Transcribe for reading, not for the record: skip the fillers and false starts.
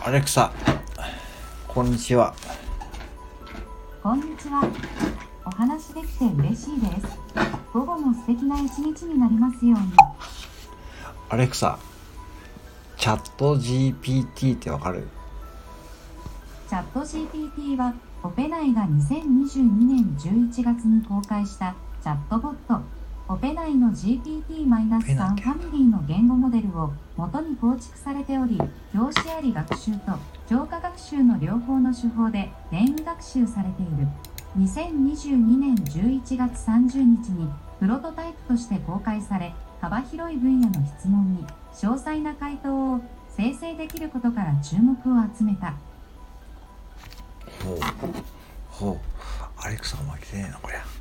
アレクサ、こんにちは。 こんにちは。お話できて嬉しいです。午後も素敵な一日になりますように。 アレクサ、チャット GPT ってわかる？ チャット GPT はオペナイが2022年11月に公開したチャットボットオペナイの GPT-3 ファミリーの言語モデルを元に構築されており、教師あり学習と教科学習の両方の手法で電位学習されている。2022年11月30日にプロトタイプとして公開され、幅広い分野の質問に詳細な回答を生成できることから注目を集めた。 ほう、アレクサお前来てねえなこりゃ。